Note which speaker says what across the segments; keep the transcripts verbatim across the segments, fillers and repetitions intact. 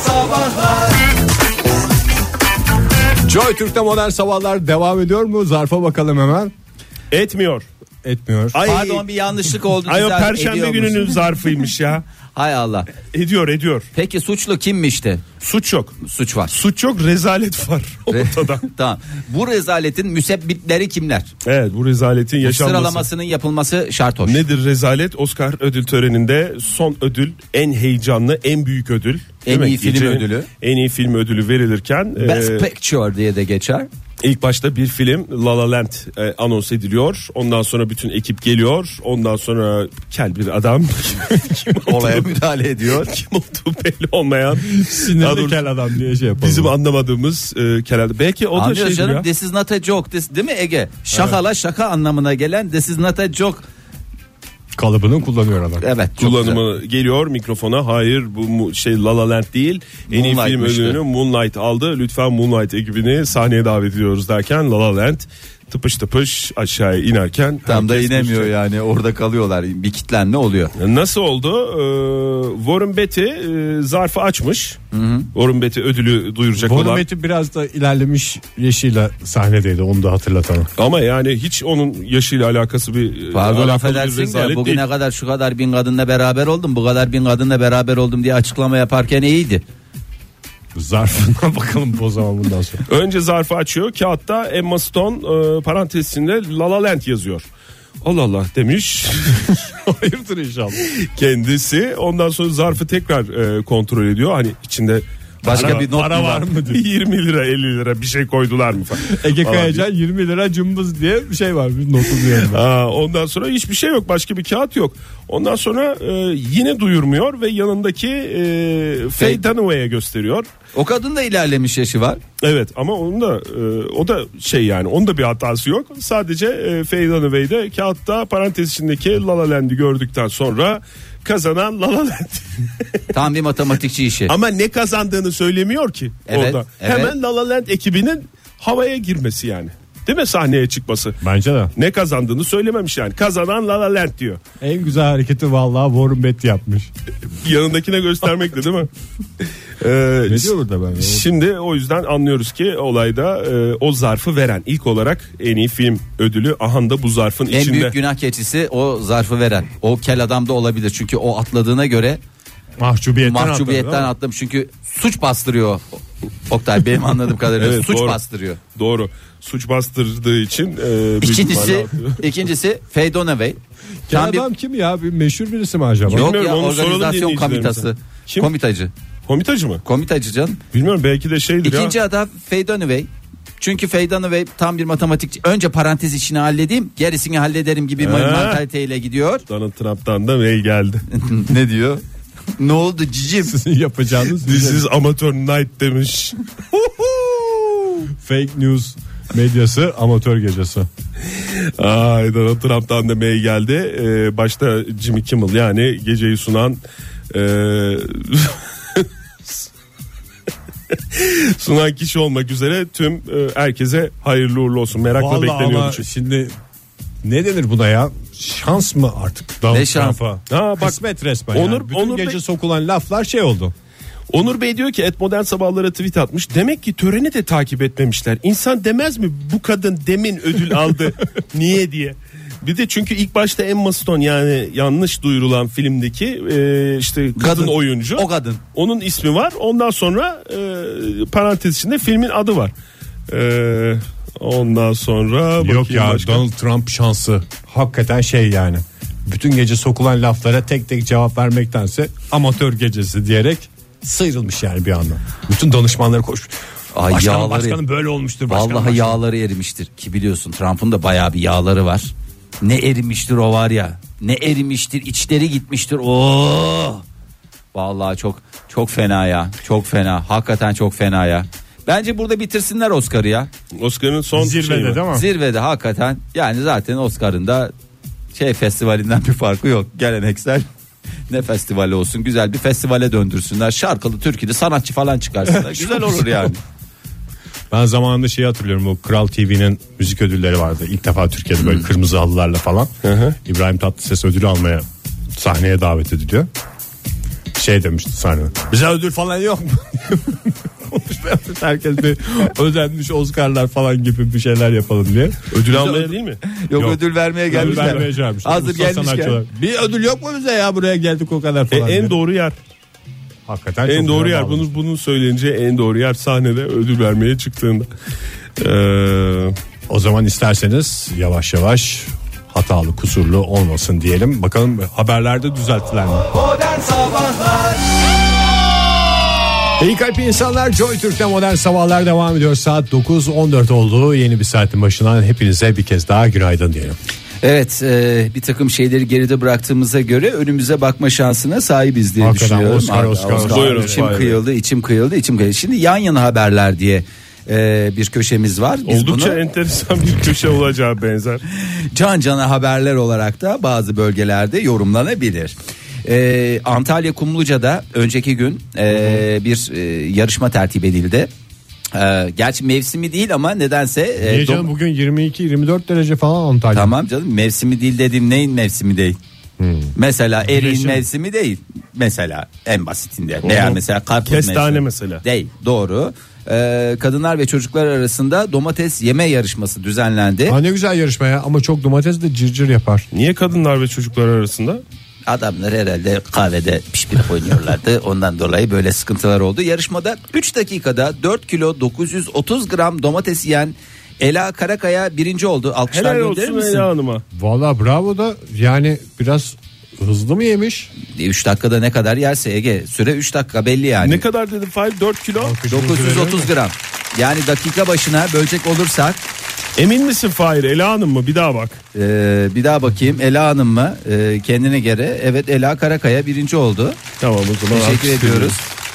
Speaker 1: Sabahlar.
Speaker 2: Joy Türk'te modern sabahlar devam ediyor mu? Zarfa bakalım hemen.
Speaker 3: Etmiyor.
Speaker 2: Etmiyor.
Speaker 1: Ay, Pardon, bir yanlışlık oldu.
Speaker 3: Ay o perşembe gününün zarfıymış ya.
Speaker 1: Hay Allah.
Speaker 3: Ediyor ediyor.
Speaker 1: Peki suçlu kimmişti?
Speaker 3: Suç yok.
Speaker 1: Suç var.
Speaker 3: Suç yok, rezalet var ortada.
Speaker 1: Tamam. Bu rezaletin müsebbipleri kimler?
Speaker 3: Evet, bu rezaletin
Speaker 1: Bu
Speaker 3: yaşanması.
Speaker 1: sıralamasının yapılması şart hoş.
Speaker 3: Nedir rezalet? Oscar ödül töreninde son ödül, en heyecanlı, en büyük ödül.
Speaker 1: En
Speaker 3: Demek
Speaker 1: iyi film
Speaker 3: gecenin
Speaker 1: ödülü.
Speaker 3: En iyi film ödülü verilirken
Speaker 1: Best
Speaker 3: e,
Speaker 1: Picture diye de geçer.
Speaker 3: İlk başta bir film La La Land e, anons ediliyor. Ondan sonra bütün ekip geliyor. Ondan sonra kel bir adam kim
Speaker 1: Olaya
Speaker 3: olduğu-
Speaker 1: müdahale ediyor.
Speaker 3: kim olduğu belli olmayan Daha
Speaker 2: Sinirli
Speaker 3: doğrusu
Speaker 2: kel adam diye şey yapalım.
Speaker 3: bizim anlamadığımız e, kel adam. Belki o da
Speaker 1: Anlıyoruz
Speaker 3: şeydir
Speaker 1: canım.
Speaker 3: ya.
Speaker 1: This is not a joke. This, değil mi Ege? Şakala şaka anlamına gelen this is not a joke.
Speaker 2: Kalıbını kullanıyor adam.
Speaker 1: Evet. çok güzel.
Speaker 3: Kullanımı geliyor mikrofona. Hayır, bu mu- şey La La Land değil. En iyi film
Speaker 1: Moonlight'mıştı.
Speaker 3: ödülünü Moonlight aldı. Lütfen Moonlight ekibini sahneye davet ediyoruz derken La La Land tıpış tıpış aşağıya inerken
Speaker 1: Tam da
Speaker 3: herkes
Speaker 1: inemiyor
Speaker 3: düşecek.
Speaker 1: yani, orada kalıyorlar. Bir kitlenme oluyor.
Speaker 3: Nasıl oldu? Ee, Warren Beatty e, zarfı açmış. Hı-hı. Warren Beatty ödülü duyuracak olan.
Speaker 2: Warren Beatty biraz da ilerlemiş yaşıyla sahnedeydi, onu da hatırlatalım.
Speaker 3: Ama yani hiç onun yaşıyla alakası bir
Speaker 1: Pardon,
Speaker 3: alakalı bir
Speaker 1: affedersin de
Speaker 3: rezalet
Speaker 1: bugüne
Speaker 3: değil.
Speaker 1: kadar şu kadar bin kadınla beraber oldum, bu kadar bin kadınla beraber oldum diye açıklama yaparken iyiydi.
Speaker 2: Zarfına bakalım o zaman bundan sonra.
Speaker 3: Önce zarfı açıyor. Kağıtta Emma Stone e, parantezinde La La Land yazıyor. Allah Allah demiş.
Speaker 2: Hayırdır inşallah.
Speaker 3: Kendisi ondan sonra zarfı tekrar e, kontrol ediyor. Hani içinde
Speaker 1: Başka
Speaker 3: para,
Speaker 1: bir not
Speaker 3: para
Speaker 1: mu
Speaker 3: var
Speaker 1: var?
Speaker 3: mı diyor. yirmi lira elli lira bir şey koydular mı falan.
Speaker 2: Ege
Speaker 3: Falan
Speaker 2: Kayacan yirmi lira cımbız diye bir şey var. Bir notu diyorum.
Speaker 3: Aa, ondan sonra hiçbir şey yok, başka bir kağıt yok. Ondan sonra e, yine duyurmuyor ve yanındaki e, Faye Dunaway'e gösteriyor.
Speaker 1: O kadın da ilerlemiş yaşı var.
Speaker 3: Evet, ama onun da e, o da şey, yani onun da bir hatası yok. Sadece e, Faye Dunaway'de kağıtta parantez içindeki La La Land'i gördükten sonra kazanan La La Land.
Speaker 1: Tam bir matematikçi işi.
Speaker 3: Ama ne kazandığını söylemiyor ki
Speaker 1: Evet,
Speaker 3: orada.
Speaker 1: evet.
Speaker 3: Hemen La La Land ekibinin havaya girmesi yani. Değil mi, sahneye çıkması?
Speaker 2: Bence de.
Speaker 3: Ne kazandığını söylememiş yani. Kazanan La La Land diyor.
Speaker 2: En güzel hareketi vallahi Warren Beatty yapmış.
Speaker 3: Yanındakine göstermekle değil mi? Ee,
Speaker 2: Ne diyor burada ben?
Speaker 3: Şimdi o yüzden anlıyoruz ki olayda e, o zarfı veren ilk olarak en iyi film ödülü ahanda bu zarfın
Speaker 1: En
Speaker 3: içinde.
Speaker 1: büyük günah keçisi o zarfı veren. O kel adam da olabilir çünkü o atladığına göre
Speaker 2: Mahcubiyetten,
Speaker 1: mahcubiyetten
Speaker 2: atladı,
Speaker 1: atlamış. Çünkü suç bastırıyor. Oktay, benim anladığım kadarıyla
Speaker 3: Evet,
Speaker 1: suç
Speaker 3: doğru.
Speaker 1: bastırıyor.
Speaker 3: Doğru. Suç bastırdığı için e, büyük
Speaker 1: İkincisi,
Speaker 3: ihtimalle atıyor.
Speaker 1: ikincisi Faye Dunaway.
Speaker 2: Kel
Speaker 1: Tam bir-
Speaker 2: adam kim ya? Bir meşhur birisi mi acaba?
Speaker 1: Yok
Speaker 3: Bilmiyorum,
Speaker 1: ya,
Speaker 3: onu soralım
Speaker 1: organizasyon
Speaker 3: dinleyicilerimize.
Speaker 1: komitası.
Speaker 3: Kim?
Speaker 1: Komitacı.
Speaker 3: Komitacı mı?
Speaker 1: Komitacı canım.
Speaker 3: Bilmiyorum, belki de şeydir
Speaker 1: İkinci
Speaker 3: ya.
Speaker 1: adam Faye Dunaway. Çünkü Faye Dunaway tam bir matematikçi. Önce parantez işini halledeyim, gerisini hallederim gibi
Speaker 3: He.
Speaker 1: mantaliteyle gidiyor.
Speaker 3: Donald Trump'tan da mail geldi.
Speaker 1: Ne diyor? Ne oldu cicim?
Speaker 2: Sizin yapacağınız
Speaker 3: This is amateur night demiş.
Speaker 2: fake news medyası amatör gecesi.
Speaker 3: Ay, Donald Trump'tan da mail geldi. Ee, başta Jimmy Kimmel, yani geceyi sunan e, sunan kişi olmak üzere tüm e, herkese hayırlı uğurlu olsun. Merakla
Speaker 2: Vallahi
Speaker 3: bekleniyordu
Speaker 2: ama
Speaker 3: çünkü.
Speaker 2: şimdi ne denir buna ya? Şans mı artık? Donald
Speaker 1: Ne şans?
Speaker 2: Trump'a?
Speaker 3: Ha, bak,
Speaker 2: Kısmet resmen.
Speaker 3: Onur-
Speaker 2: yani. Bütün
Speaker 3: Onur
Speaker 2: gece
Speaker 3: Bey-
Speaker 2: sokulan laflar şey oldu.
Speaker 3: Onur Bey diyor ki et modern sabahlara tweet atmış. Demek ki töreni de takip etmemişler. İnsan demez mi bu kadın demin ödül aldı niye diye. Bir de çünkü ilk başta Emma Stone, yani yanlış duyurulan filmdeki e, işte kadın,
Speaker 1: Kadın.
Speaker 3: oyuncu.
Speaker 1: O kadın.
Speaker 3: Onun ismi var. Ondan sonra e, parantez içinde filmin adı var. E, ondan sonra
Speaker 2: Yok
Speaker 3: bakayım
Speaker 2: ya,
Speaker 3: başka.
Speaker 2: Donald Trump şansı hakikaten şey yani. Bütün gece sokulan laflara tek tek cevap vermektense amatör gecesi diyerek sıyrılmış yani bir anda. Bütün danışmanları koşmuş.
Speaker 1: Ay,
Speaker 2: Başkanım,
Speaker 1: yağları-
Speaker 2: başkanım böyle olmuştur. Başkanım,
Speaker 1: Vallahi
Speaker 2: başkanım.
Speaker 1: yağları erimiştir ki biliyorsun Trump'ın da bayağı bir yağları var. Ne erimiştir o var ya. Ne erimiştir, içleri gitmiştir. Oo! Vallahi çok çok fena ya. Çok fena. Hakikaten çok fena ya. Bence burada bitirsinler Oscar'ı ya.
Speaker 3: Oscar'ın son
Speaker 2: Zirvede
Speaker 3: şeyi var.
Speaker 2: değil mi?
Speaker 1: Zirvede hakikaten. Yani zaten Oscar'ın da şey festivalinden bir farkı yok. Geleneksel ne festivali olsun, güzel bir festivale döndürsünler. Şarkılı, türkülü, sanatçı falan çıkarsınlar. Güzel olur yani.
Speaker 2: Ben zamanında şeyi hatırlıyorum, bu Kral T V'nin müzik ödülleri vardı. İlk defa Türkiye'de böyle kırmızı halılarla falan.
Speaker 3: Hı hı.
Speaker 2: İbrahim Tatlıses ödülü almaya sahneye davet ediliyor. Şey demişti Sahne. Bize ödül falan yok mu? Konuşmuyormuş. Herkes bir ödenmiş Oscar'lar falan gibi bir şeyler yapalım diye.
Speaker 3: Ödül almaya değil mi?
Speaker 1: Yok,
Speaker 2: Yok.
Speaker 1: ödül vermeye
Speaker 2: Ödül
Speaker 1: gelmişler.
Speaker 2: vermeye çağırmışlar.
Speaker 1: Hazır
Speaker 2: Usta
Speaker 1: gelmişken.
Speaker 2: sanatçılar. Bir ödül yok mu bize ya, buraya geldik o kadar
Speaker 3: E,
Speaker 2: falan.
Speaker 3: en
Speaker 2: diye.
Speaker 3: doğru yer.
Speaker 2: Hakikaten
Speaker 3: En
Speaker 2: çok
Speaker 3: doğru
Speaker 2: güzel
Speaker 3: yer.
Speaker 2: bağlamış.
Speaker 3: Bunu bunun söylenince en doğru yer sahnede ödül vermeye çıktığında. Ee,
Speaker 2: O zaman isterseniz yavaş yavaş hatalı kusurlu olmasın diyelim. Bakalım haberlerde düzelttiler mi? İyi kalp insanlar, Joy Türk'te Modern Sabahlar devam ediyor. Saat dokuz on dört oldu. Yeni bir saatin başından hepinize bir kez daha günaydın diyelim.
Speaker 1: Evet, e, bir takım şeyleri geride bıraktığımıza göre önümüze bakma şansına sahibiz diye
Speaker 2: Hakikaten
Speaker 1: düşünüyorum.
Speaker 2: Oscar, Oscar, Oscar.
Speaker 3: Buyurun,
Speaker 1: içim
Speaker 3: Fahir.
Speaker 1: kıyıldı, içim kıyıldı, içim kıyıldı. Şimdi yan yana haberler diye e, bir köşemiz var. Biz
Speaker 3: oldukça
Speaker 1: bunu
Speaker 3: enteresan bir köşe olacağı benzer.
Speaker 1: can cana haberler olarak da bazı bölgelerde yorumlanabilir. Ee, Antalya Kumluca'da önceki gün e, bir e, yarışma tertip edildi. Ee, gerçi mevsimi değil ama nedense e,
Speaker 2: Niye canım,
Speaker 1: dom-
Speaker 2: bugün yirmi iki yirmi dört derece falan Antalya.
Speaker 1: tamam canım, mevsimi değil dediğim neyin mevsimi değil. Mesela eriğin
Speaker 2: Güneşin-
Speaker 1: mevsimi değil. Mesela en basitinde. Veya mesela karpuz
Speaker 3: Kestane
Speaker 1: mevsimi.
Speaker 3: mesela.
Speaker 1: Değil, doğru. Ee, kadınlar ve çocuklar arasında domates yeme yarışması düzenlendi.
Speaker 2: Ha, ne güzel yarışma ya, ama çok domates de cırcır yapar.
Speaker 3: Niye kadınlar ve çocuklar arasında?
Speaker 1: Adamlar herhalde kahvede pişpirip oynuyorlardı. Ondan dolayı böyle sıkıntılar oldu. Yarışmada üç dakikada dört kilo dokuz yüz otuz gram domates yiyen Ela Karakaya birinci oldu. Alkışlar
Speaker 3: Helal
Speaker 1: gönderir
Speaker 3: olsun
Speaker 1: misin?
Speaker 3: Ela Hanım'a.
Speaker 2: Valla bravo da, yani biraz hızlı mı yemiş?
Speaker 1: üç dakikada ne kadar yerse Ege. Süre üç dakika belli yani.
Speaker 3: Ne kadar dedi Fahir? dört kilo.
Speaker 1: dokuz yüz otuz gram. Yani dakika başına bölecek olursak
Speaker 3: Emin misin Fahir? Ela Hanım mı? Bir daha bak.
Speaker 1: e, bir daha bakayım. Ela Hanım mı? E, kendine göre. Evet, Ela Karakaya birinci oldu.
Speaker 3: Tamam, o zaman
Speaker 1: Teşekkür
Speaker 3: alkış
Speaker 1: ediyoruz.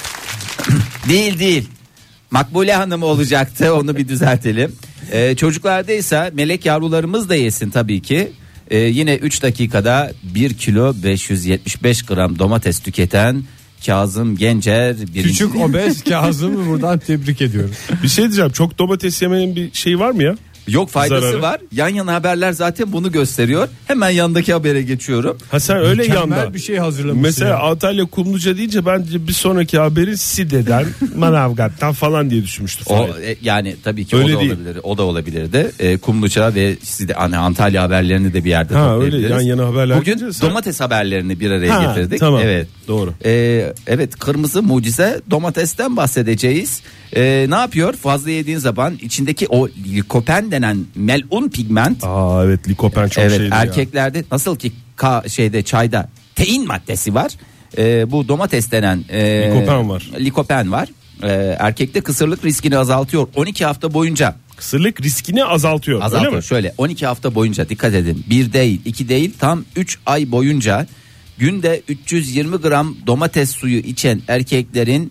Speaker 1: değil değil. Makbule Hanım olacaktı, onu bir düzeltelim. Ee, çocuklarda ise melek yavrularımız da yesin tabii ki. Ee, yine üç dakikada bir kilo beş yüz yetmiş beş gram domates tüketen Kazım Gencer birinci.
Speaker 2: Küçük obez Kazım'ı buradan tebrik ediyorum.
Speaker 3: Bir şey diyeceğim. Çok domates yemenin bir şey var mı ya?
Speaker 1: Yok, faydası
Speaker 3: Zararı.
Speaker 1: var. Yan yana haberler zaten bunu gösteriyor. Hemen yandaki habere geçiyorum.
Speaker 3: Ha sen öyle
Speaker 2: Mükemmel
Speaker 3: yanda.
Speaker 2: bir şey hazırlamışsın.
Speaker 3: Mesela
Speaker 2: ya.
Speaker 3: Antalya Kumluca deyince bence bir sonraki haberi Side'den, Manavgat'tan falan diye düşünmüştüm.
Speaker 1: O
Speaker 3: Fahir.
Speaker 1: e, yani tabii ki
Speaker 3: Öyle
Speaker 1: o da
Speaker 3: değil.
Speaker 1: olabilir. O da olabilirdi. E, Kumluca ve siz de hani Antalya haberlerini de bir yerde
Speaker 3: Ha,
Speaker 1: toplayabiliriz.
Speaker 3: öyle yan yana haberler
Speaker 1: Bugün
Speaker 3: deyince sen-
Speaker 1: domates haberlerini bir araya
Speaker 3: Ha,
Speaker 1: getirdik.
Speaker 3: tamam.
Speaker 1: Evet.
Speaker 3: Doğru.
Speaker 1: E, evet, kırmızı mucize domatesten bahsedeceğiz. E, ne yapıyor? Fazla yediğin zaman içindeki o likopen denen melun pigment.
Speaker 3: Aa evet, likopen çok
Speaker 1: evet,
Speaker 3: şeydi ya.
Speaker 1: erkeklerde nasıl ki ka, şeyde çayda tein maddesi var. E, bu domates denen e,
Speaker 3: Likopen var.
Speaker 1: Likopen var. E, erkekte kısırlık riskini azaltıyor. on iki hafta boyunca
Speaker 3: Kısırlık riskini azaltıyor. Öyle
Speaker 1: azaltıyor.
Speaker 3: mi?
Speaker 1: Şöyle on iki hafta boyunca dikkat edin. Bir değil, iki değil, tam üç ay boyunca günde üç yüz yirmi gram domates suyu içen erkeklerin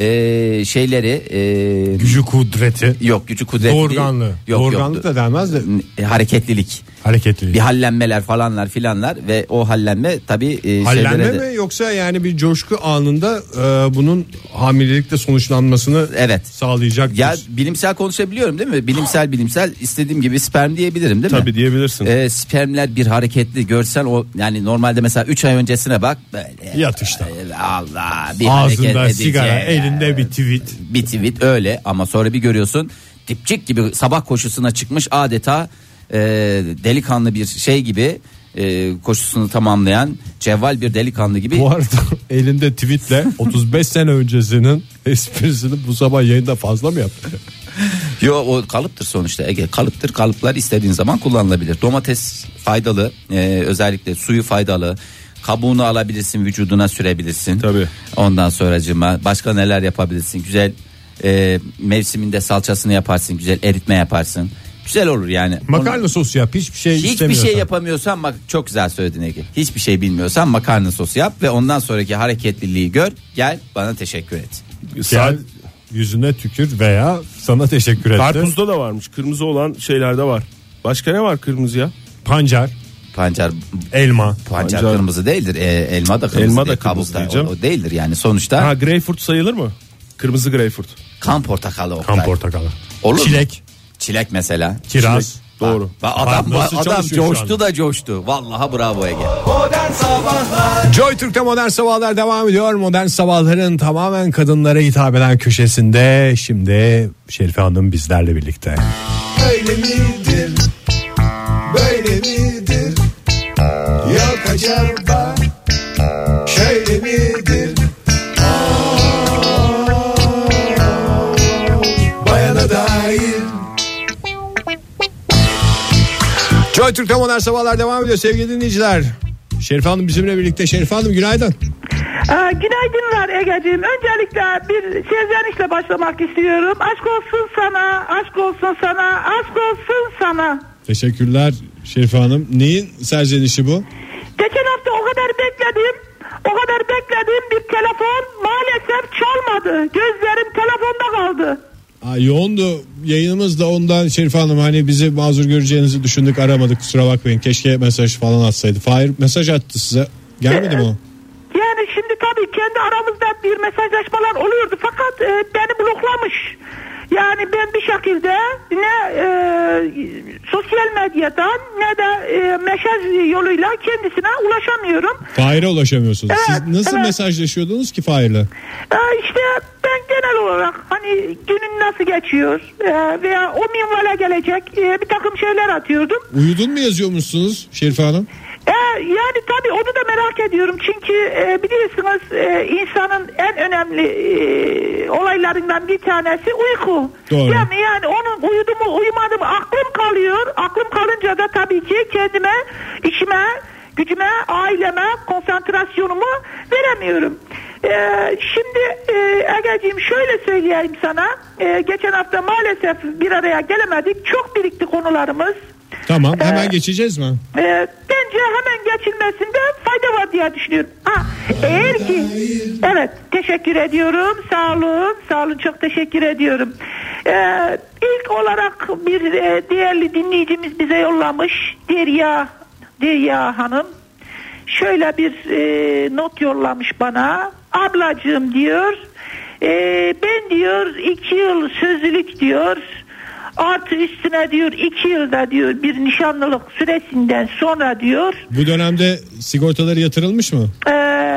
Speaker 1: e, şeyleri e,
Speaker 2: Gücü kudreti.
Speaker 1: yok gücü kudreti
Speaker 2: Doğurganlığı.
Speaker 1: değil. Yok,
Speaker 2: Doğurganlık
Speaker 1: yok.
Speaker 2: da denmez de
Speaker 1: E, hareketlilik.
Speaker 2: hareketlilik.
Speaker 1: Bir hallenmeler falanlar filanlar ve o hallenme tabii e,
Speaker 2: Hallenme
Speaker 1: şeylere de-
Speaker 2: mi, yoksa yani bir coşku anında e, bunun hamilelikle sonuçlanmasını
Speaker 1: Evet.
Speaker 2: sağlayacak.
Speaker 1: Ya bilimsel konuşabiliyorum değil mi? Bilimsel bilimsel istediğim gibi sperm diyebilirim değil mi?
Speaker 3: Tabii diyebilirsin.
Speaker 1: Ee, spermler bir hareketli, görsen o yani normalde mesela üç ay öncesine bak böyle.
Speaker 2: Yat işte.
Speaker 1: Allah, bir hareket
Speaker 2: Ağzında
Speaker 1: edecek.
Speaker 2: sigara, elinde bir tweet.
Speaker 1: Bir tweet öyle, ama sonra bir görüyorsun dipçik gibi sabah koşusuna çıkmış, adeta e, delikanlı bir şey gibi e, koşusunu tamamlayan cevval bir delikanlı gibi.
Speaker 2: Bu arada elinde tweetle otuz beş sene öncesinin esprisini bu sabah yayında fazla mı yaptı?
Speaker 1: Yo, o kalıptır sonuçta Ege, kalıptır. Kalıplar istediğin zaman kullanılabilir. Domates faydalı, e, özellikle suyu faydalı. Kabuğunu alabilirsin, vücuduna sürebilirsin.
Speaker 3: Tabii.
Speaker 1: Ondan sonracığıma başka neler yapabilirsin? Güzel e, mevsiminde salçasını yaparsın, güzel eritme yaparsın. Güzel olur yani.
Speaker 2: Makarna
Speaker 1: Onu-
Speaker 2: sosu yap, hiçbir şey
Speaker 1: Hiçbir
Speaker 2: istemiyorsan.
Speaker 1: şey yapamıyorsan bak, çok güzel söyledin Ege. Hiçbir şey bilmiyorsan makarna sosu yap ve ondan sonraki hareketliliği gör. Gel bana teşekkür et.
Speaker 2: Gel
Speaker 3: Saat,
Speaker 2: yüzüne tükür veya sana teşekkür etti.
Speaker 3: karpuzda da varmış. Kırmızı olan şeylerde var. Başka ne var kırmızı ya?
Speaker 2: Pancar,
Speaker 1: Pancar
Speaker 2: elma.
Speaker 1: pancar
Speaker 3: Pancar-
Speaker 1: kırmızı değildir. E, elma da kırmızı.
Speaker 3: Elma da
Speaker 1: değil,
Speaker 3: kırmızı
Speaker 1: kabuk da
Speaker 3: diyeceğim.
Speaker 1: o, o değildir yani sonuçta.
Speaker 3: Ha, greyfurt sayılır mı? Kırmızı greyfurt.
Speaker 1: Kan portakalı.
Speaker 2: Kan
Speaker 1: Oktay.
Speaker 2: portakalı.
Speaker 1: Olur mu?
Speaker 2: Çilek,
Speaker 1: Çilek mesela.
Speaker 2: kiraz.
Speaker 3: Doğru.
Speaker 1: Bak, adam
Speaker 2: Nasıl
Speaker 1: adam
Speaker 2: çalışıyor şu
Speaker 1: coştu
Speaker 2: anda?
Speaker 1: da coştu. Vallahi bravo Ege.
Speaker 4: Modern Sabahlar.
Speaker 2: Joy Türk'te Modern Sabahlar devam ediyor. Modern Sabahların tamamen kadınlara hitap eden köşesinde şimdi Şerife Hanım bizlerle birlikte.
Speaker 4: Öyle midir? Böyle midir? Yok acaba şöyle midir? Aa, bayana dair.
Speaker 2: Joy Türk'te Modern Sabahlar devam ediyor sevgili dinleyiciler. Şerife Hanım bizimle birlikte. Şerife Hanım günaydın.
Speaker 5: Ee, günaydınlar Ege'ciğim. Öncelikle bir serzenişle başlamak istiyorum. Aşk olsun sana, aşk olsun sana, aşk olsun sana.
Speaker 2: Teşekkürler Şerife Hanım. Neyin serzenişi bu?
Speaker 5: Geçen hafta o kadar bekledim, o kadar beklediğim bir telefon maalesef çalmadı. Gözlerim telefonda kaldı.
Speaker 2: Aa, yoğundu yayınımız da ondan Şerife Hanım, hani bizi mazur göreceğinizi düşündük, aramadık, kusura bakmayın. Keşke mesaj falan atsaydı. Fahir mesaj attı size. Gelmedi mi o?
Speaker 5: Yani şimdi tabii kendi aramızda bir mesajlaşmalar oluyordu fakat e, beni bloklamış. Yani ben bir şekilde ne e, sosyal medyadan ne de e, mesaj yoluyla kendisine ulaşamıyorum.
Speaker 2: Fahir'e ulaşamıyorsunuz.
Speaker 5: Evet,
Speaker 2: Siz nasıl
Speaker 5: evet.
Speaker 2: mesajlaşıyordunuz ki Fahir'le?
Speaker 5: E, işte ben genel olarak hani günün nasıl geçiyor e, veya o minvale gelecek e, bir takım şeyler atıyordum.
Speaker 2: Uyudun mu yazıyormuşsunuz Şerife Hanım?
Speaker 5: Ee, yani tabii onu da merak ediyorum çünkü e, biliyorsunuz e, insanın en önemli e, olaylarından bir tanesi uyku.
Speaker 2: Doğru.
Speaker 5: Yani, yani onun uyudu mu uyumadı mı aklım kalıyor. Aklım kalınca da tabii ki kendime, işime, gücüme, aileme, konsantrasyonumu veremiyorum. Ee, şimdi e, Ege'ciğim şöyle söyleyeyim sana. E, geçen hafta maalesef bir araya gelemedik. Çok birikti konularımız.
Speaker 2: Tamam, hemen
Speaker 5: Ee,
Speaker 2: geçeceğiz mi?
Speaker 5: E, bence hemen geçilmesinde fayda var diye düşünüyorum. Ha, eğer ki evet, teşekkür ediyorum. Sağ olun. Sağ olun, çok teşekkür ediyorum. Ee, ilk olarak bir e, değerli dinleyicimiz bize yollamış. Derya Derya Hanım. Şöyle bir e, not yollamış bana. Ablacığım diyor. E, ben diyor iki yıl sözlülük diyor. Artı üstüne diyor iki yılda diyor bir nişanlılık süresinden sonra diyor.
Speaker 2: Bu dönemde sigortaları yatırılmış mı?
Speaker 5: E,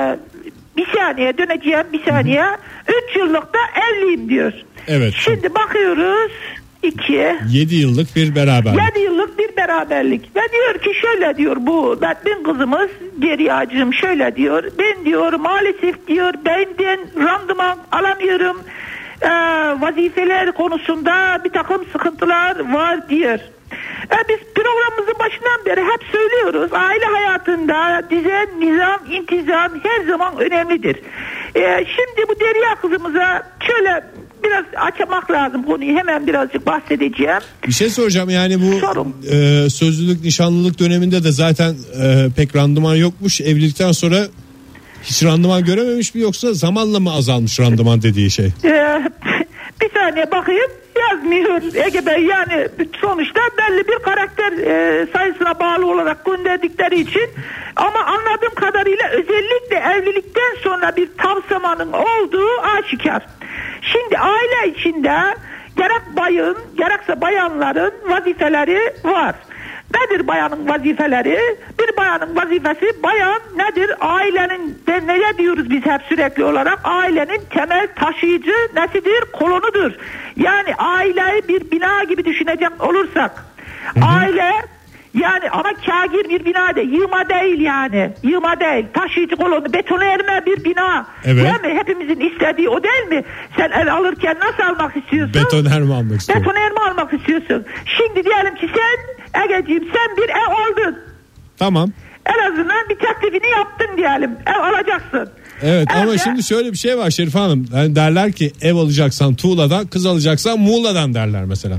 Speaker 5: bir saniye döneceğim bir saniye. Üç yıllıkta evliyim diyor.
Speaker 2: Evet.
Speaker 5: Şimdi bakıyoruz iki.
Speaker 2: yedi yıllık bir beraberlik.
Speaker 5: yedi yıllık bir beraberlik. Ve diyor ki şöyle diyor bu Batmin kızımız Derya'cığım şöyle diyor. Ben diyor maalesef diyor benden randıman alamıyorum. Ee, vazifeler konusunda bir takım sıkıntılar var diyor. Ee, biz programımızın başından beri hep söylüyoruz. Aile hayatında düzen, nizam, intizam her zaman önemlidir. Ee, şimdi bu Derya kızımıza şöyle biraz açmak lazım konuyu, hemen birazcık bahsedeceğim.
Speaker 2: Bir şey soracağım, yani bu
Speaker 5: Sorun.
Speaker 2: e, sözlülük nişanlılık döneminde de zaten e, pek randıman yokmuş. Evlilikten sonra hiç randıman görememiş mi, yoksa zamanla mı azalmış randıman dediği şey?
Speaker 5: Ee, bir saniye bakayım, yazmıyor Ege Bey. Yani sonuçta belli bir karakter e, sayısına bağlı olarak gönderdikleri için, ama anladığım kadarıyla özellikle evlilikten sonra bir tavsamanın olduğu aşikar. Şimdi aile içinde gerek bayın gerekse bayanların vazifeleri var. Nedir bayanın vazifeleri? Bir bayanın vazifesi, bayan nedir? Ailenin, de ne diyoruz biz hep sürekli olarak? Ailenin temel taşıyıcı nesidir? Kolonudur. Yani aileyi bir bina gibi düşünecek olursak, hı hı. Aile yani ama kagir bir bina değil, yığma değil yani. Yığma değil, taşıyıcı kolonu, betona erme bir bina.
Speaker 2: Evet.
Speaker 5: Değil mi? Hepimizin istediği o değil mi? Sen ev alırken nasıl almak istiyorsun?
Speaker 2: Betoner mi almak istiyorsun?
Speaker 5: Betoner mi almak istiyorsun? Şimdi diyelim ki sen Ege'ciğim sen bir ev aldın.
Speaker 2: Tamam.
Speaker 5: En azından bir teklifini yaptın diyelim. Ev alacaksın.
Speaker 2: Evet,
Speaker 5: Evde...
Speaker 2: ama şimdi şöyle bir şey var Şerife Hanım. Yani derler ki ev alacaksan Tuğla'dan, kız alacaksan Muğla'dan derler mesela.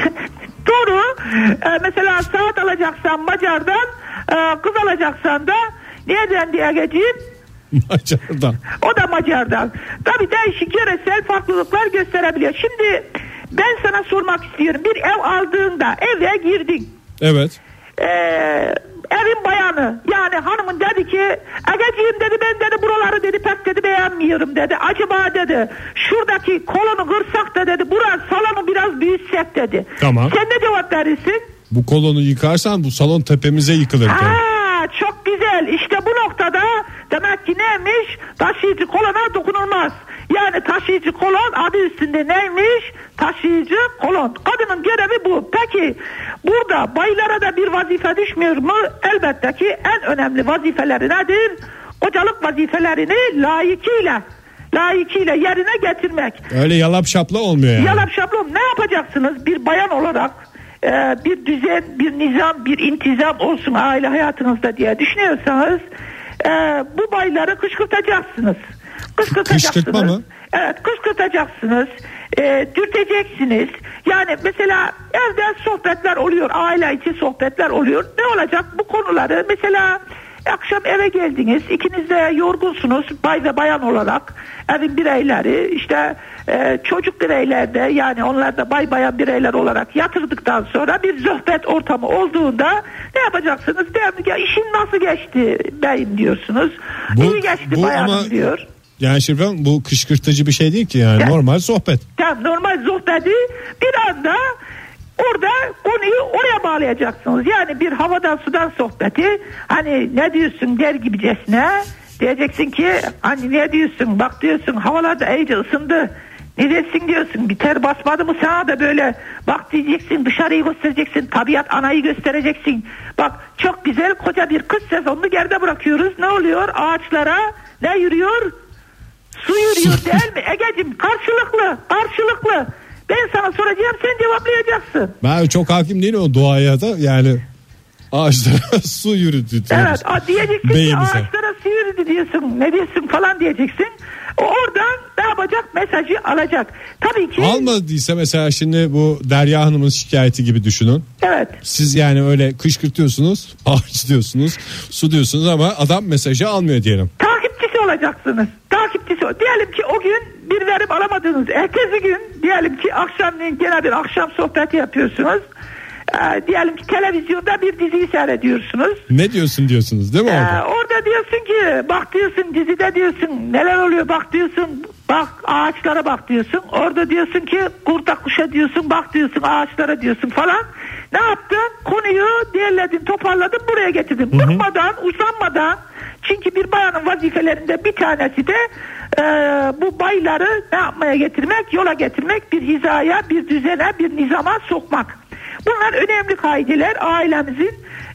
Speaker 5: Doğru. Ee, mesela saat alacaksan Macar'dan, e, kız alacaksan da nereden diye Ege'ciğim?
Speaker 2: Macar'dan.
Speaker 5: O da Macar'dan. Tabii değişik yöresel farklılıklar gösterebiliyor. Şimdi ben sana sormak istiyorum. Bir ev aldığında eve girdin.
Speaker 2: Evet.
Speaker 5: Ee, evin bayanı yani hanımın dedi ki Egeciğim dedi, ben dedi buraları dedi pek dedi beğenmiyorum dedi. Acaba dedi şuradaki kolonu kırsak da dedi burası salonu biraz büyütsek dedi.
Speaker 2: Tamam.
Speaker 5: Sen ne cevap verirsin?
Speaker 2: Bu kolonu yıkarsan bu salon tepemize yıkılır.
Speaker 5: Aa, çok güzel. İşte bu noktada demek ki neymiş? Taşıyıcı kolona dokunulmaz. Yani taşıyıcı kolon adı üstünde neymiş? Taşıyıcı kolon. Kadının görevi bu. Peki burada baylara da bir vazife düşmüyor mu? Elbette ki en önemli vazifeleri nedir? Kocalık vazifelerini layıkıyla layıkıyla yerine getirmek.
Speaker 2: Öyle yalap şapla olmuyor yani.
Speaker 5: Yalap şapla ne yapacaksınız? Bir bayan olarak e, bir düzen, bir nizam, bir intizam olsun aile hayatınızda diye düşünüyorsanız e, bu bayları kışkırtacaksınız. Kışkırtacaksınız.
Speaker 2: Kışkırtma mı?
Speaker 5: Evet, kışkırtacaksınız. E, dürteceksiniz. Yani mesela evde sohbetler oluyor. Aile içi sohbetler oluyor. Ne olacak? Bu konuları mesela akşam eve geldiniz, ikiniz de yorgunsunuz bay ve bayan olarak, evin bireyleri işte e, çocuk bireyler de, yani onlar da bay bayan bireyler olarak yatırdıktan sonra bir sohbet ortamı olduğunda ne yapacaksınız? Der, ya işin nasıl geçti beyim diyorsunuz.
Speaker 2: Bu,
Speaker 5: İyi geçti
Speaker 2: bu
Speaker 5: bayanım
Speaker 2: ama,
Speaker 5: diyor.
Speaker 2: Yani Şirvan, bu kışkırtıcı bir şey değil ki yani,
Speaker 5: Ya,
Speaker 2: normal sohbet.
Speaker 5: Tamam, normal sohbeti bir anda orada konuyu oraya bağlayacaksınız. Yani bir havadan sudan sohbeti, hani ne diyorsun der gibicesine diyeceksin ki hani ne diyorsun, bak diyorsun havalar da iyice ısındı. Ne dersin diyorsun, bir ter basmadı mı sana da böyle, bak diyeceksin, dışarıyı göstereceksin, tabiat anayı göstereceksin. Bak çok güzel koca bir kış sezonunu geride bırakıyoruz. Ne oluyor? Ağaçlara ne yürüyor? Su yürüyor değil mi Egeciğim? Karşılıklı, karşılıklı. Ben sana soracağım, sen cevaplayacaksın.
Speaker 2: Ben çok hakim değilim o doğaya da, yani ağaçlara su yürüdü diyoruz.
Speaker 5: Evet, a, diyeceksin
Speaker 2: Beyimize.
Speaker 5: ki ağaçlara su yürüdü diyorsun, ne diyorsun falan diyeceksin. O oradan ne yapacak? Mesajı alacak. Tabii ki.
Speaker 2: Almadıysa mesela, şimdi bu Derya Hanım'ın şikayeti gibi düşünün.
Speaker 5: Evet.
Speaker 2: Siz yani öyle kışkırtıyorsunuz, ağaç diyorsunuz, su diyorsunuz ama adam mesajı almıyor diyelim.
Speaker 5: Takipçisi olacaksınız. Takipçisi. Diyelim ki o gün bir verim alamadınız. Ertesi gün diyelim ki akşamleyin gene bir akşam sohbeti yapıyorsunuz. Ee, diyelim ki televizyonda bir diziyi seyrediyorsunuz.
Speaker 2: Ne diyorsun diyorsunuz değil mi orada?
Speaker 5: Ee, orada diyorsun ki bak diyorsun, dizide diyorsun neler oluyor bak diyorsun, bak ağaçlara bak diyorsun. Orada diyorsun ki kurta kuşa diyorsun, bak diyorsun ağaçlara diyorsun falan. Ne yaptın? Konuyu derledin, toparladın, buraya getirdin. Bıkmadan, usanmadan. Çünkü bir bayanın vazifelerinde bir tanesi de e, bu bayları ne yapmaya getirmek, yola getirmek, bir hizaya, bir düzene, bir nizama sokmak. Bunlar önemli kaideler, ailemizin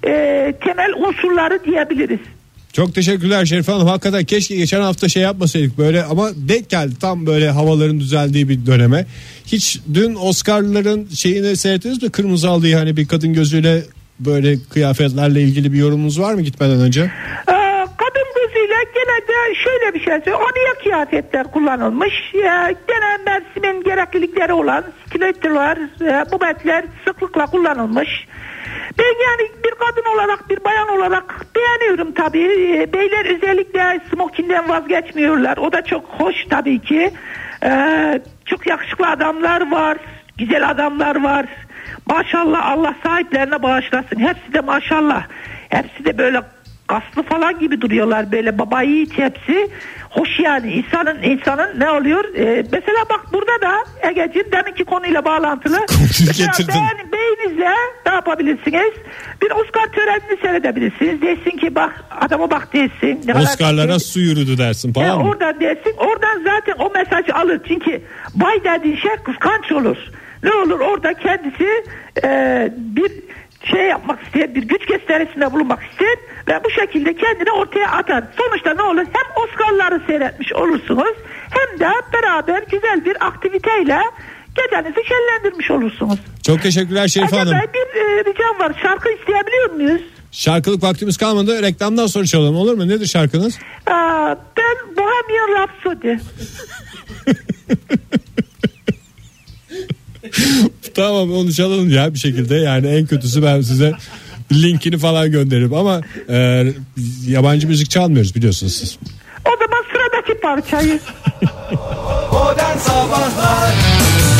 Speaker 5: e, temel unsurları diyebiliriz.
Speaker 2: Çok teşekkürler Şerife Hanım. Hakikaten keşke geçen hafta şey yapmasaydık böyle, ama denk geldi tam böyle havaların düzeldiği bir döneme. Hiç dün Oscar'ların şeyini seyrettiniz mi? Kırmızı aldığı, hani bir kadın gözüyle böyle kıyafetlerle ilgili bir yorumunuz var mı gitmeden önce?
Speaker 5: Ee, kadın gözüyle gene de şöyle bir şey söyleyeyim. Aniye kıyafetler kullanılmış. Ya, gene mevsimin gereklilikleri olan stilettolar, e, bu metler sıklıkla kullanılmış. Ben yani bir kadın olarak, bir bayan olarak beğeniyorum tabii. E, beyler özellikle smokinden vazgeçmiyorlar. O da çok hoş tabii ki. Ee, çok yakışıklı adamlar var, güzel adamlar var. Maşallah, Allah sahiplerine bağışlasın. Hepsi de maşallah. Hepsi de böyle kaslı falan gibi duruyorlar, böyle baba yiğit hepsi. Hoş yani, insanın insanın ne oluyor? Ee, mesela bak burada da Egeciğim deminki konuyla bağlantılı. Mesela beğen, beğeninizle ne yapabilirsiniz? Bir Oscar törenini seyredebilirsiniz. Desin ki bak, adama bak desin. Ne
Speaker 2: Oscar'lara su yürüdü dersin falan
Speaker 5: e,
Speaker 2: mı?
Speaker 5: Oradan dersin. Oradan zaten o mesajı alır. Çünkü bay dediğin şey kıskanç olur. Ne olur orada kendisi e, bir şey yapmak ister, bir güç gösterisinde bulunmak ister ve bu şekilde kendini ortaya atar. Sonuçta ne olur? Hem Oscar'ları seyretmiş olursunuz, hem de beraber güzel bir aktiviteyle gecenizi şenlendirmiş olursunuz.
Speaker 2: Çok teşekkürler Şerife Hanım.
Speaker 5: Bir e, ricam var. Şarkı isteyebiliyor muyuz?
Speaker 2: Şarkılık vaktimiz kalmadı. Reklamdan sonra çalalım, olur mu? Nedir şarkınız?
Speaker 5: Aa, ben Bohemian Rhapsody.
Speaker 2: Tamam, onu çalalım ya bir şekilde. Yani en kötüsü ben size linkini falan gönderirim ama e, yabancı müzik çalmıyoruz biliyorsunuz siz.
Speaker 5: O zaman sıradaki parçayı.
Speaker 4: Modern Sabahlar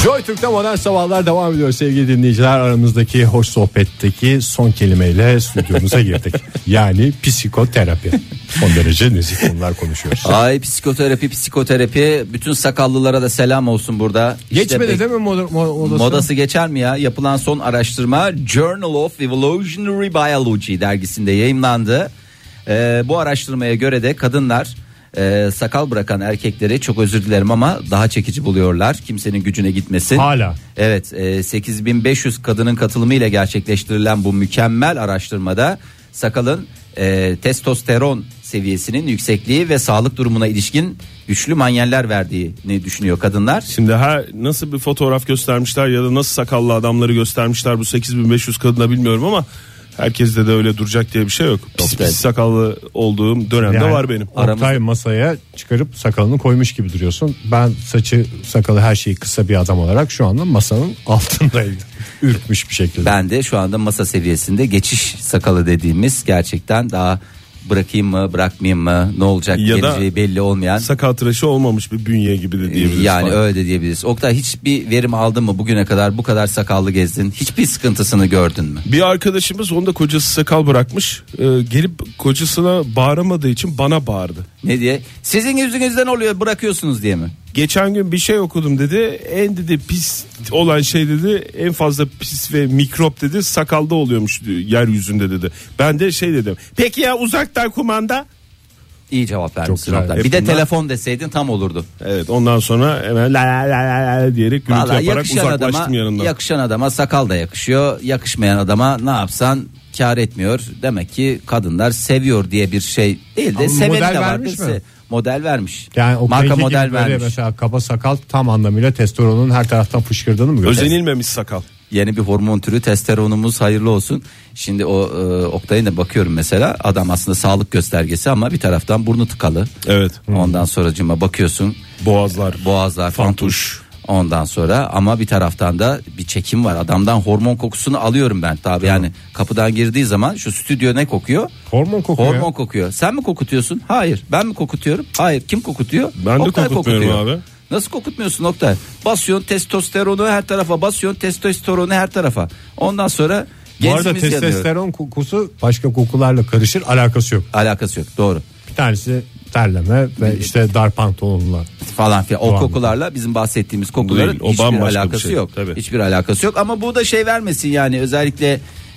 Speaker 2: Joy Türk'te modern sabahlar devam ediyor sevgili dinleyiciler. Aramızdaki hoş sohbetteki son kelimeyle stüdyomuza girdik. Yani psikoterapi. Son derece nezih konular konuşuyoruz.
Speaker 1: Ay psikoterapi psikoterapi bütün sakallılara da selam olsun burada.
Speaker 2: Geçmedi
Speaker 1: İşte,
Speaker 2: değil mi moda, modası?
Speaker 1: Modası geçer mi ya? Yapılan son araştırma Journal of Evolutionary Biology dergisinde yayımlandı. Ee, bu araştırmaya göre de kadınlar e, sakal bırakan erkekleri, çok özür dilerim ama daha çekici buluyorlar. Kimsenin gücüne gitmesin.
Speaker 2: Hala.
Speaker 1: Evet, e, sekiz bin beş yüz kadının katılımıyla gerçekleştirilen bu mükemmel araştırmada sakalın e, testosteron seviyesinin yüksekliği ve sağlık durumuna ilişkin güçlü manyeller verdiğini düşünüyor kadınlar.
Speaker 3: Şimdi her nasıl bir fotoğraf göstermişler ya da nasıl sakallı adamları göstermişler bu sekiz bin beş yüz kadına bilmiyorum ama herkeste de öyle duracak diye bir şey yok. Pis pis sakallı olduğum dönemde
Speaker 2: Yani
Speaker 3: var benim.
Speaker 2: Oktay masaya çıkarıp sakalını koymuş gibi duruyorsun. Ben saçı sakalı her şeyi kısa bir adam olarak şu anda masanın altındayım. Ürkmüş bir şekilde.
Speaker 1: Ben de şu anda masa seviyesinde geçiş sakalı dediğimiz, gerçekten daha bırakayım mı bırakmayayım mı ne olacak
Speaker 3: Ya da
Speaker 1: geleceği belli olmayan.
Speaker 3: Sakal tıraşı olmamış bir bünye gibi de diyebiliriz.
Speaker 1: Yani
Speaker 3: falan.
Speaker 1: öyle de diyebiliriz. Oktay, hiçbir verim aldın mı bugüne kadar, bu kadar sakallı gezdin? Hiçbir sıkıntısını gördün mü?
Speaker 3: Bir arkadaşımız, onda kocası sakal bırakmış. Ee, gelip kocasına bağıramadığı için bana bağırdı.
Speaker 1: Ne diye? Sizin yüzünüzden oluyor, bırakıyorsunuz diye mi?
Speaker 3: Geçen gün bir şey okudum dedi. En dedi pis olan şey dedi, en fazla pis ve mikrop dedi sakalda oluyormuş yeryüzünde dedi. Ben de şey dedim. Peki ya uzaktan kumanda?
Speaker 1: İyi cevap vermişsin
Speaker 2: güzel.
Speaker 1: Oktay.
Speaker 3: Hep
Speaker 1: Bir de
Speaker 3: bunlar-
Speaker 1: telefon deseydin tam olurdu.
Speaker 3: Evet, ondan sonra hemen la la la la la diyerek gürültü
Speaker 1: Vallahi
Speaker 3: yaparak
Speaker 1: yakışan
Speaker 3: uzaklaştım
Speaker 1: adama,
Speaker 3: yanından.
Speaker 1: yakışan adama sakal da yakışıyor. Yakışmayan adama ne yapsan kar etmiyor. Demek ki kadınlar seviyor diye bir şey değil de
Speaker 2: Ama
Speaker 1: seveni
Speaker 2: model
Speaker 1: de vardır.
Speaker 2: vermiş mi?
Speaker 1: Se- Model vermiş.
Speaker 2: Yani o
Speaker 1: Marka
Speaker 2: model
Speaker 1: model
Speaker 2: gibi böyle
Speaker 1: vermiş.
Speaker 2: mesela kaba sakal tam anlamıyla testosteronun her taraftan fışkırdığını mı görüyorsun?
Speaker 3: Özenilmemiş sakal.
Speaker 1: Yeni bir hormon türü testosteronumuz hayırlı olsun. Şimdi o e, Oktay'ın da bakıyorum mesela, adam aslında sağlık göstergesi ama bir taraftan burnu tıkalı.
Speaker 3: Evet.
Speaker 1: Ondan sonracığıma bakıyorsun,
Speaker 3: Boğazlar.
Speaker 1: boğazlar fantuş. Ondan sonra ama bir taraftan da bir çekim var. Adamdan hormon kokusunu alıyorum ben tabii. Yani kapıdan girdiği zaman şu stüdyo ne kokuyor?
Speaker 2: Hormon kokuyor.
Speaker 1: Hormon kokuyor. Sen mi kokutuyorsun? Hayır. Ben mi kokutuyorum? Hayır. Kim kokutuyor?
Speaker 3: Ben de
Speaker 1: Oktay
Speaker 3: kokutmuyorum
Speaker 1: kokutuyor.
Speaker 3: abi.
Speaker 1: Nasıl kokutmuyorsun Oktay? Basıyorsun testosteronu her tarafa, basıyorsun testosteronu her tarafa. Ondan sonra
Speaker 2: Bu arada
Speaker 1: genzimiz yanıyor.
Speaker 2: testosteron kokusu başka kokularla karışır, alakası yok.
Speaker 1: Alakası yok. Doğru.
Speaker 2: Bir tanesi terleme ve işte dar pantolonlar.
Speaker 1: Falan filan. O
Speaker 2: Doğru.
Speaker 1: kokularla bizim bahsettiğimiz kokuların
Speaker 3: Değil, o
Speaker 1: hiçbir
Speaker 3: bambaşka bir
Speaker 1: alakası
Speaker 3: şey.
Speaker 1: yok.
Speaker 3: Tabii.
Speaker 1: Hiçbir alakası yok ama bu da şey vermesin yani, özellikle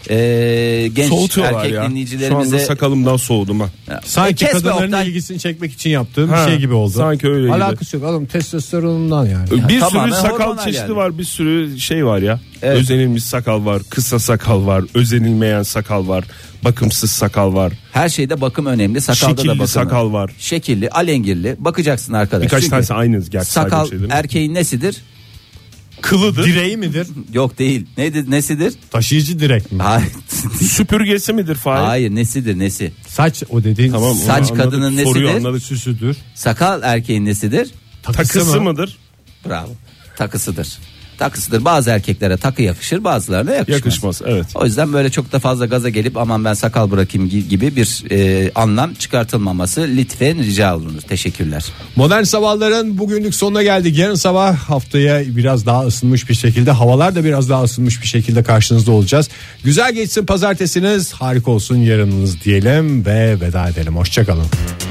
Speaker 1: e, genç
Speaker 3: Soğutuyorlar
Speaker 1: erkek
Speaker 3: ya. Şu
Speaker 1: dinleyicilerimize.
Speaker 3: anda sakalımdan soğudum ha.
Speaker 2: Sanki
Speaker 1: E, kesme
Speaker 2: kadınların
Speaker 1: Oktay.
Speaker 2: ilgisini çekmek için yaptığım
Speaker 3: Ha,
Speaker 2: bir şey gibi oldu.
Speaker 3: sanki öyle gibi.
Speaker 2: Alakası yok. Adam testosteronundan yani.
Speaker 3: Bir
Speaker 1: tamamen
Speaker 3: sürü sakal
Speaker 1: hormonal
Speaker 3: çeşidi
Speaker 1: yani.
Speaker 3: var, bir sürü şey var ya.
Speaker 1: Evet.
Speaker 3: Özenilmiş sakal var, kısa sakal var, özenilmeyen sakal var, bakımsız sakal var.
Speaker 1: Her şeyde bakım önemli. Sakalda
Speaker 3: Şekilli
Speaker 1: da bakım.
Speaker 3: sakal var.
Speaker 1: Şekilli, alengirli. Bakacaksın arkadaş.
Speaker 3: Birkaç
Speaker 1: Çünkü
Speaker 3: tanesi aynı gerçi.
Speaker 1: sakal
Speaker 3: sadece şey değil mi?
Speaker 1: erkeğin nesidir?
Speaker 3: Kılıdır.
Speaker 2: Direği midir?
Speaker 1: Yok değil. Nedir? Nesidir?
Speaker 2: Taşıyıcı direk mi?
Speaker 1: Hayır.
Speaker 3: Süpürgesi midir Fahir?
Speaker 1: Hayır, nesidir? Nesi?
Speaker 2: Saç o dediğin
Speaker 3: Tamam, onu
Speaker 1: Saç
Speaker 3: anladık.
Speaker 1: kadının
Speaker 3: Soruyu
Speaker 1: nesidir?
Speaker 3: anladık.
Speaker 2: süsüdür.
Speaker 1: Sakal erkeğin nesidir?
Speaker 3: Takısı mıdır?
Speaker 1: Bravo. Takısıdır. Takısıdır. Bazı erkeklere takı yakışır, bazılarına yakışmaz.
Speaker 3: Yakışmaz, evet.
Speaker 1: O yüzden böyle çok da fazla gaza gelip aman ben sakal bırakayım gi- gibi bir e, anlam çıkartılmaması lütfen rica olunur. Teşekkürler.
Speaker 2: Modern sabahların bugünlük sonuna geldik. Yarın sabah haftaya biraz daha ısınmış bir şekilde, havalar da biraz daha ısınmış bir şekilde karşınızda olacağız. Güzel geçsin pazartesiniz, harika olsun yarınınız diyelim ve veda edelim. Hoşçakalın.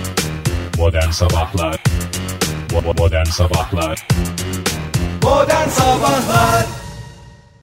Speaker 6: Modern Sabahlar Bo- Modern Sabahlar
Speaker 4: Modern Sabahlar